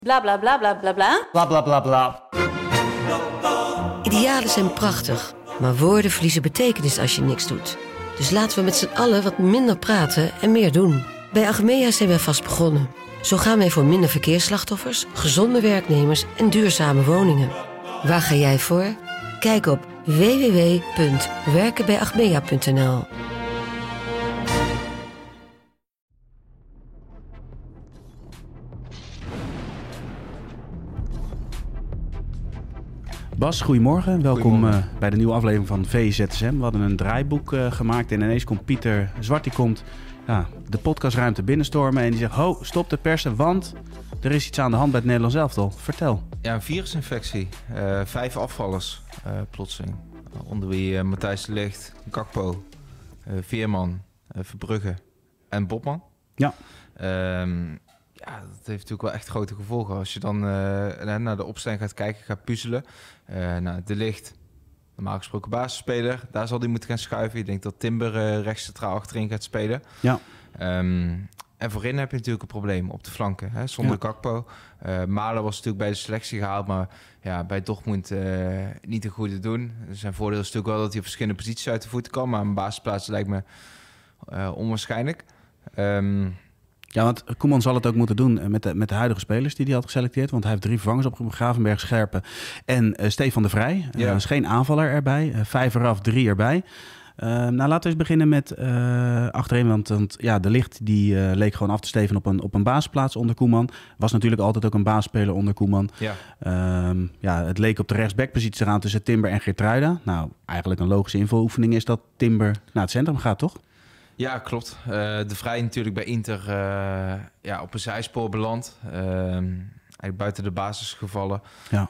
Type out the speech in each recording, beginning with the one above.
Bla bla bla bla bla bla. Bla bla bla bla. Idealen zijn prachtig, maar woorden verliezen betekenis als je niks doet. Dus laten we met z'n allen wat minder praten en meer doen. Bij Achmea zijn wij vast begonnen. Zo gaan wij voor minder verkeersslachtoffers, gezonde werknemers en duurzame woningen. Waar ga jij voor? Kijk op www.werkenbijachmea.nl. Bas, goedemorgen. Welkom bij de nieuwe aflevering van VZSM. We hadden een draaiboek gemaakt en ineens komt Pieter Zwart, die komt de podcastruimte binnenstormen en die zegt: ho, stop de persen, want er is iets aan de hand bij het Nederlands elftal. Vertel. Ja, een virusinfectie. 5 afvallers plotseling. Onder wie Matthijs de Ligt, Gakpo, Veerman, Verbrugge en Botman. Ja. Dat heeft natuurlijk wel echt grote gevolgen. Als je dan naar de opstelling gaat kijken, gaat puzzelen. De Ligt, normaal gesproken basisspeler, daar zal hij moeten gaan schuiven. Ik denk dat Timber rechts centraal achterin gaat spelen. Ja. En voorin heb je natuurlijk een probleem op de flanken. Hè, zonder Gakpo. Malen was natuurlijk bij de selectie gehaald, maar bij Dortmund niet een goede doen. Zijn voordeel is natuurlijk wel dat hij op verschillende posities uit de voeten kan, maar een basisplaats lijkt me onwaarschijnlijk. Ja, want Koeman zal het ook moeten doen met de huidige spelers die hij had geselecteerd. Want hij heeft 3 vervangers op Gravenberg, Scherpen en Stefan de Vrij. Er is geen aanvaller erbij. 5 eraf, 3 erbij. Laten we eens beginnen met achterin. Want de Ligt die leek gewoon af te steven op een basisplaats onder Koeman. Was natuurlijk altijd ook een baasspeler onder Koeman. Ja. Het leek op de rechtsbackpositie te gaan tussen Timber en Geertruida. Nou, eigenlijk een logische invuloefening is dat Timber naar het centrum gaat, toch? Ja, klopt. De Vrij natuurlijk bij Inter op een zijspoor beland. Eigenlijk buiten de basis gevallen. Ja.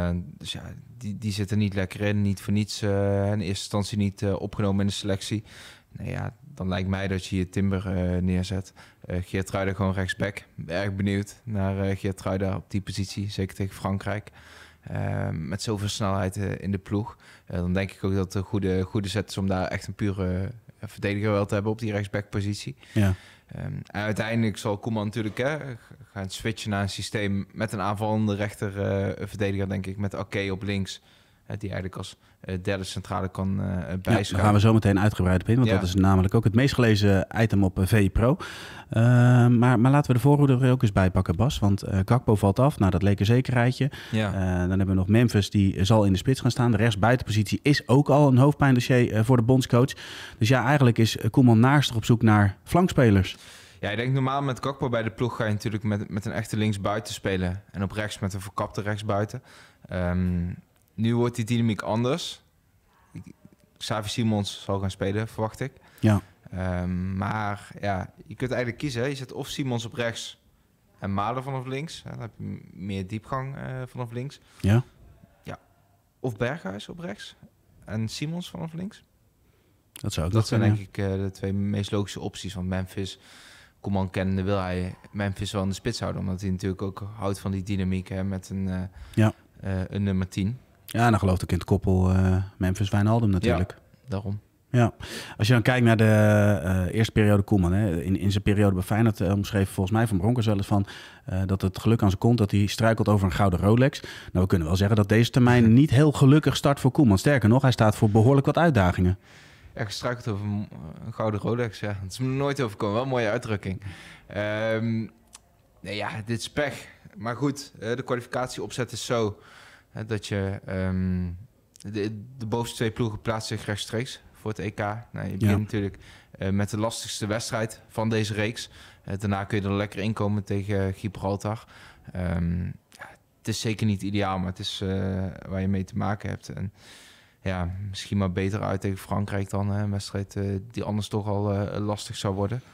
Die zit er niet lekker in. Niet voor niets in eerste instantie niet opgenomen in de selectie. Dan lijkt mij dat je hier Timber neerzet. Geertruida gewoon rechtsback. Erg benieuwd naar Geertruida op die positie. Zeker tegen Frankrijk. Met zoveel snelheid in de ploeg. Dan denk ik ook dat het een goede zet is om daar echt een pure verdediger wel te hebben op die rechtsbackpositie. Ja. En uiteindelijk zal Koeman natuurlijk gaan switchen naar een systeem met een aanvallende rechter verdediger, denk ik, met Ake op links. Die eigenlijk als derde centrale kan bijschuiven. Daar gaan we zo meteen uitgebreid op in, want dat is namelijk ook het meest gelezen item op VI Pro. Maar laten we de voorhoede er ook eens bij pakken, Bas. Want Gakpo valt af. Nou, dat leek een zekerheidje. Ja. Dan hebben we nog Memphis, die zal in de spits gaan staan. De rechtsbuitenpositie is ook al een hoofdpijndossier voor de bondscoach. Dus ja, eigenlijk is Koeman naastig op zoek naar flankspelers. Ja, ik denk normaal met Gakpo bij de ploeg ga je natuurlijk met een echte linksbuiten spelen. En op rechts met een verkapte rechtsbuiten. Nu wordt die dynamiek anders. Xavi Simons zal gaan spelen, verwacht ik. Ja. Maar je kunt eigenlijk kiezen. Je zet of Simons op rechts en Malen vanaf links. Dan heb je meer diepgang vanaf links. Ja. Of Berghuis op rechts en Simons vanaf links. Dat zijn denk ik de 2 meest logische opties. Want Memphis, Koeman kennende, wil hij Memphis wel in de spits houden. Omdat hij natuurlijk ook houdt van die dynamiek met een nummer 10. Ja, en dan gelooft ook in het koppel Memphis Wijnaldum natuurlijk. Ja, daarom. Ja, als je dan kijkt naar de eerste periode Koeman, in zijn periode bij Feyenoord omschreef volgens mij Van Bronckhorst wel eens van dat het geluk aan zijn kont, dat hij struikelt over een gouden Rolex. Nou, we kunnen wel zeggen dat deze termijn niet heel gelukkig start voor Koeman. Sterker nog, hij staat voor behoorlijk wat uitdagingen. Ja, gestruikeld over een gouden Rolex, ja. Dat is me nooit overkomen. Wel een mooie uitdrukking. Dit is pech. Maar goed, de kwalificatieopzet is zo dat je de bovenste 2 ploegen plaatsen zich rechtstreeks voor het EK. Je begint natuurlijk met de lastigste wedstrijd van deze reeks. Daarna kun je er lekker inkomen tegen Gibraltar. Het is zeker niet ideaal, maar het is waar je mee te maken hebt. En misschien maar beter uit tegen Frankrijk dan. Een wedstrijd die anders toch al lastig zou worden.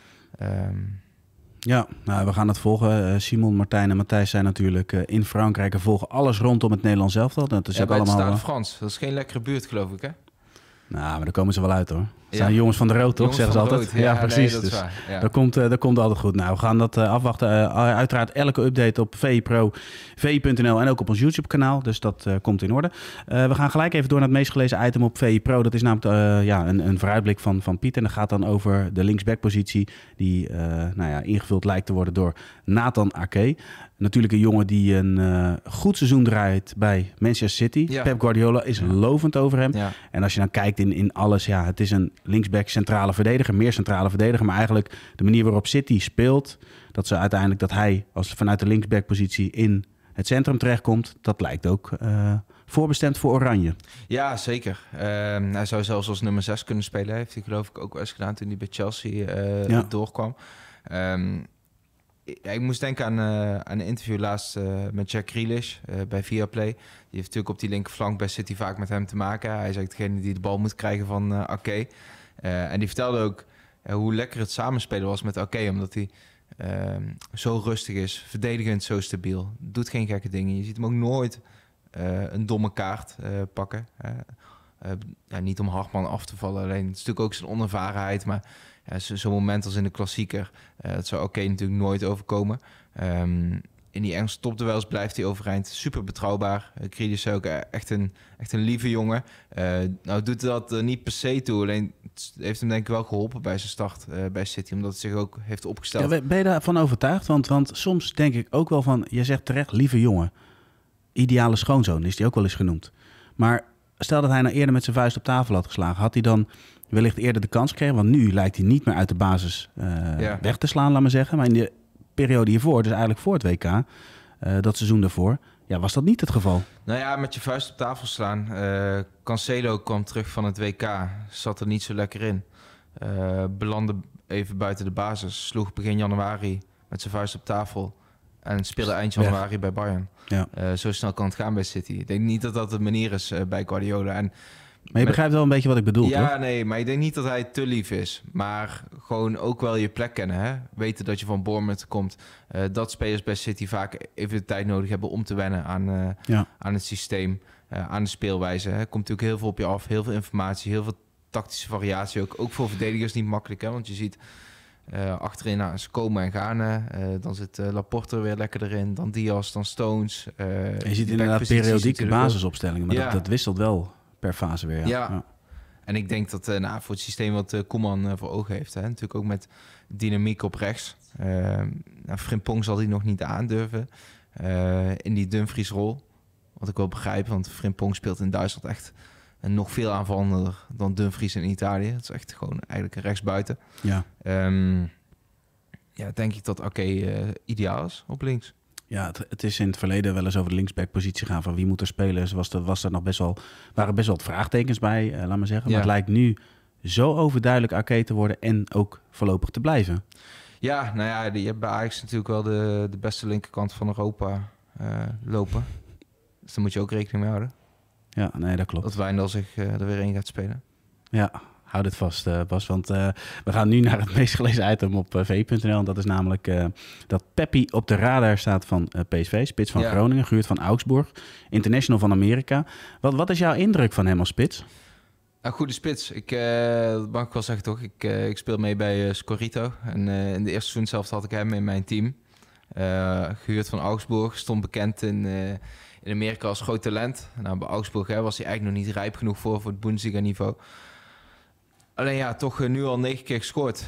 We gaan het volgen. Simon, Martijn en Matthijs zijn natuurlijk in Frankrijk en volgen alles rondom het Nederlands elftal. Dat is ook bij allemaal. Het Stade Frans. Dat is geen lekkere buurt, geloof ik, hè? Nou, maar daar komen ze wel uit, hoor. Het zijn jongens van de rood, toch? Zeggen ze altijd. Ja, precies. Nee, dat is waar. Ja. Dat komt altijd goed. Nou, we gaan dat afwachten. Uiteraard elke update op VI Pro, VI.nl en ook op ons YouTube-kanaal. Dus dat komt in orde. We gaan gelijk even door naar het meest gelezen item op VI Pro. Dat is namelijk een vooruitblik van Piet. En dat gaat dan over de linksbackpositie die ingevuld lijkt te worden door Nathan Ake. Natuurlijk een jongen die een goed seizoen draait bij Manchester City. Ja. Pep Guardiola is lovend over hem. Ja. En als je dan kijkt in alles, het is een linksback centrale verdediger, meer centrale verdediger. Maar eigenlijk de manier waarop City speelt, dat hij als vanuit de linksback-positie in het centrum terechtkomt, dat lijkt ook voorbestemd voor Oranje. Ja, zeker. Hij zou zelfs als nummer 6 kunnen spelen. Heeft hij geloof ik ook wel eens gedaan toen hij bij Chelsea doorkwam. Ik moest denken aan een interview laatst met Jack Grealish bij Viaplay. Die heeft natuurlijk op die linkerflank bij City vaak met hem te maken. Hij is eigenlijk degene die de bal moet krijgen van Ake. En die vertelde ook hoe lekker het samenspelen was met Ake, omdat hij zo rustig is, verdedigend zo stabiel, doet geen gekke dingen. Je ziet hem ook nooit een domme kaart pakken. Niet om Hartman af te vallen, alleen het is natuurlijk ook zijn onervarenheid, maar zo'n moment als in de klassieker, dat zou Ake natuurlijk nooit overkomen. In die Engelse topduels blijft hij overeind. Super betrouwbaar. Grealish is ook echt een lieve jongen. Nou doet dat niet per se toe. Alleen het heeft hem denk ik wel geholpen bij zijn start bij City. Omdat het zich ook heeft opgesteld. Ja, ben je daarvan overtuigd? Want soms denk ik ook wel van, je zegt terecht, lieve jongen. Ideale schoonzoon is die ook wel eens genoemd. Maar stel dat hij nou eerder met zijn vuist op tafel had geslagen. Had hij dan wellicht eerder de kans gekregen? Want nu lijkt hij niet meer uit de basis weg te slaan, laat maar zeggen. Maar in de periode hiervoor, dus eigenlijk voor het WK, dat seizoen daarvoor, was dat niet het geval. Nou ja, met je vuist op tafel slaan. Cancelo kwam terug van het WK, zat er niet zo lekker in. Belandde even buiten de basis, sloeg begin januari met zijn vuist op tafel en speelde eind januari bij Bayern. Ja. Zo snel kan het gaan bij City. Ik denk niet dat dat de manier is bij Guardiola. En maar je begrijpt wel een beetje wat ik bedoel, ja, toch? Nee, maar ik denk niet dat hij te lief is. Maar gewoon ook wel je plek kennen. Hè? Weten dat je van Bournemouth komt. Dat spelers bij City vaak even de tijd nodig hebben om te wennen aan het systeem. Aan de speelwijze. Hè? Komt natuurlijk heel veel op je af. Heel veel informatie, heel veel tactische variatie. Ook voor verdedigers niet makkelijk. Hè? Want je ziet achterin ze komen en gaan. Dan zit Laporte er weer lekker erin. Dan Diaz, dan Stones. Je ziet inderdaad periodieke basisopstellingen. Maar dat wisselt wel per fase weer. Ja. En ik denk dat voor het systeem wat Koeman voor ogen heeft, natuurlijk ook met dynamiek op rechts. Frimpong zal die nog niet aandurven in die Dumfries-rol. Wat ik wel begrijp, want Frimpong speelt in Duitsland echt nog veel aanvallender dan Dumfries in Italië. Het is echt gewoon eigenlijk een rechtsbuiten. Ja. Denk ik dat Ake ideaal is op links. Ja, het is in het verleden wel eens over de linksback-positie gaan van wie moet er spelen. Was er nog waren best wel wat vraagtekens bij, laat maar zeggen. Maar het lijkt nu zo overduidelijk Ake te worden en ook voorlopig te blijven. Ja, nou ja, je hebt bij Ajax natuurlijk wel de beste linkerkant van Europa lopen. Dus daar moet je ook rekening mee houden. Ja, nee, dat klopt. Dat Wijndal zich er weer in gaat spelen. Ja, houd het vast, Bas. Want we gaan nu naar het meest gelezen item op v.nl. En dat is namelijk dat Peppi op de radar staat van PSV. Spits van Groningen, gehuurd van Augsburg. International van Amerika. Wat is jouw indruk van hem als spits? Een goede spits. Dat mag ik wel zeggen, toch? Ik speel mee bij Scorito. En in de eerste seizoen zelf had ik hem in mijn team. Gehuurd van Augsburg. Stond bekend in Amerika als groot talent. Nou, bij Augsburg was hij eigenlijk nog niet rijp genoeg voor het Bundesliga-niveau. Alleen toch nu al 9 keer gescoord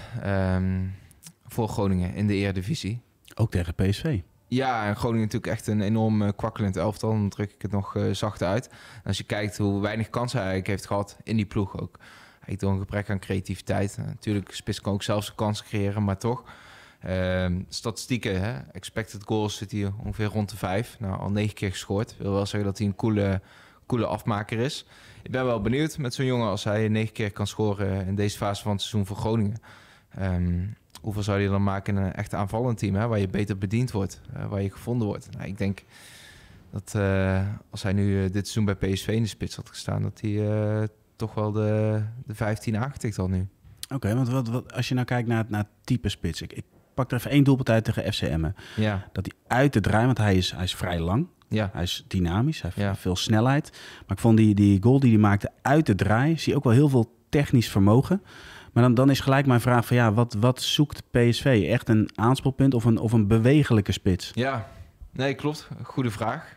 voor Groningen in de Eredivisie. Ook tegen PSV. Ja, en Groningen natuurlijk echt een enorm kwakkelend elftal. Dan druk ik het nog zacht uit. En als je kijkt hoe weinig kansen hij eigenlijk heeft gehad in die ploeg ook. Eigenlijk door een gebrek aan creativiteit. Natuurlijk, spits kan ook zelfs een kans creëren, maar toch. Statistieken, hè? Expected goals zit hier ongeveer rond de 5. Nou, al 9 keer gescoord. Wil wel zeggen dat hij een coole afmaker is. Ik ben wel benieuwd met zo'n jongen als hij 9 keer kan scoren in deze fase van het seizoen voor Groningen. Hoeveel zou hij dan maken in een echt aanvallend team, hè? Waar je beter bediend wordt, waar je gevonden wordt. Nou, ik denk dat als hij nu dit seizoen bij PSV in de spits had gestaan, dat hij toch wel de 15 aangetikt had nu. Oké, want wat als je nou kijkt naar het type spits. Ik pak er even 1 doelpunt uit tegen FC Emmen. Ja. Dat hij uit de draai, want hij is vrij lang. Ja. Hij is dynamisch, hij heeft veel snelheid. Maar ik vond die goal die hij maakte uit de draai, zie je ook wel heel veel technisch vermogen. Maar dan is gelijk mijn vraag van wat zoekt PSV? Echt een aanspoelpunt of een bewegelijke spits? Ja, nee, klopt. Goede vraag.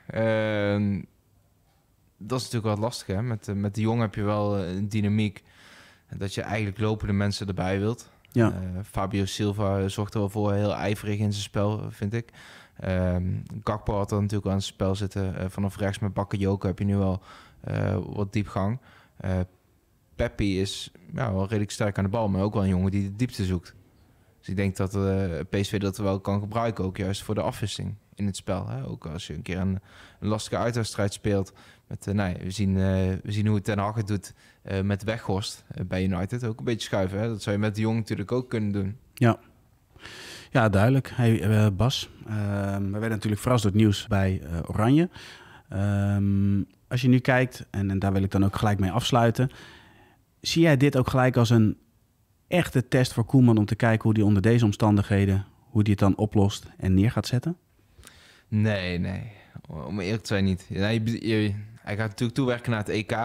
Dat is natuurlijk wel lastig, hè? Met de jongen heb je wel een dynamiek. Dat je eigenlijk lopende mensen erbij wilt. Ja. Fabio Silva zorgt er wel voor, heel ijverig in zijn spel, vind ik. Gakpo had er natuurlijk aan het spel zitten. Vanaf rechts met Bakayoko heb je nu wel wat diepgang. Pepi is wel redelijk sterk aan de bal, maar ook wel een jongen die de diepte zoekt. Dus ik denk dat PSV dat wel kan gebruiken, ook juist voor de afwisseling in het spel. Hè? Ook als je een keer een lastige uitwedstrijd speelt. We zien hoe Ten Hag het doet met Weghorst bij United. Ook een beetje schuiven. Hè? Dat zou je met de Jong natuurlijk ook kunnen doen. Ja, duidelijk. Hey, Bas, we werden natuurlijk verrast door het nieuws bij Oranje. Als je nu kijkt, en daar wil ik dan ook gelijk mee afsluiten. Zie jij dit ook gelijk als een echte test voor Koeman om te kijken hoe hij onder deze omstandigheden, hoe hij het dan oplost en neer gaat zetten? Nee. Om eerlijk te zijn niet. Nee, hij gaat natuurlijk toewerken naar het EK.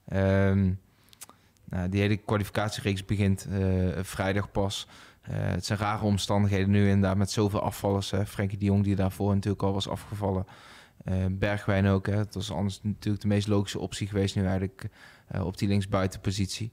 Die hele kwalificatiereeks begint vrijdag pas. Het zijn rare omstandigheden nu inderdaad met zoveel afvallers. Frenkie de Jong die daarvoor natuurlijk al was afgevallen. Bergwijn ook. Hè. Het was anders natuurlijk de meest logische optie geweest nu eigenlijk op die linksbuitenpositie.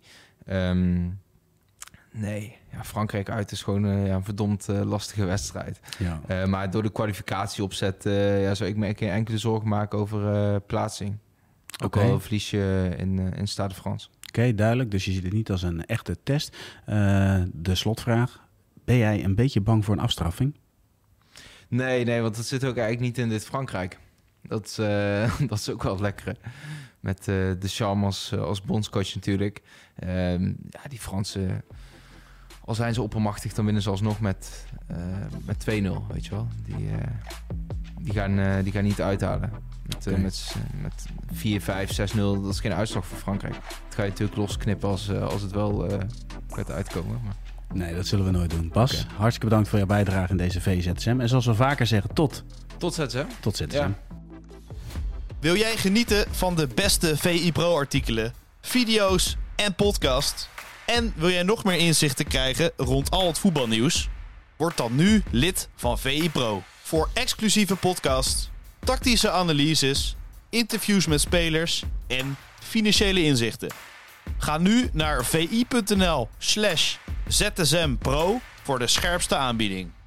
Frankrijk uit is gewoon een verdomd lastige wedstrijd. Ja. Maar door de kwalificatieopzet zou ik me geen enkele zorgen maken over plaatsing. Ook al verlies je in Stade de France. Oké, duidelijk. Dus je ziet het niet als een echte test. De slotvraag. Ben jij een beetje bang voor een afstraffing? Nee, want dat zit ook eigenlijk niet in dit Frankrijk. Dat is ook wel lekker. Met de Deschamps als bondscoach natuurlijk. Die Fransen, al zijn ze oppermachtig, dan winnen ze alsnog met 2-0, weet je wel. Die gaan niet uithalen. Met 4-5, 6-0, dat is geen uitslag voor Frankrijk. Dat ga je natuurlijk losknippen als het wel gaat uitkomen. Maar... Nee, dat zullen we nooit doen. Bas, hartstikke bedankt voor jouw bijdrage in deze VZSM. En zoals we vaker zeggen, tot ZSM. Tot ZSM. Ja. Wil jij genieten van de beste VI Pro-artikelen, video's en podcasts? En wil jij nog meer inzichten krijgen rond al het voetbalnieuws? Word dan nu lid van VI Pro. Voor exclusieve podcasts, tactische analyses, interviews met spelers en financiële inzichten. Ga nu naar vi.nl/ZSM Pro voor de scherpste aanbieding.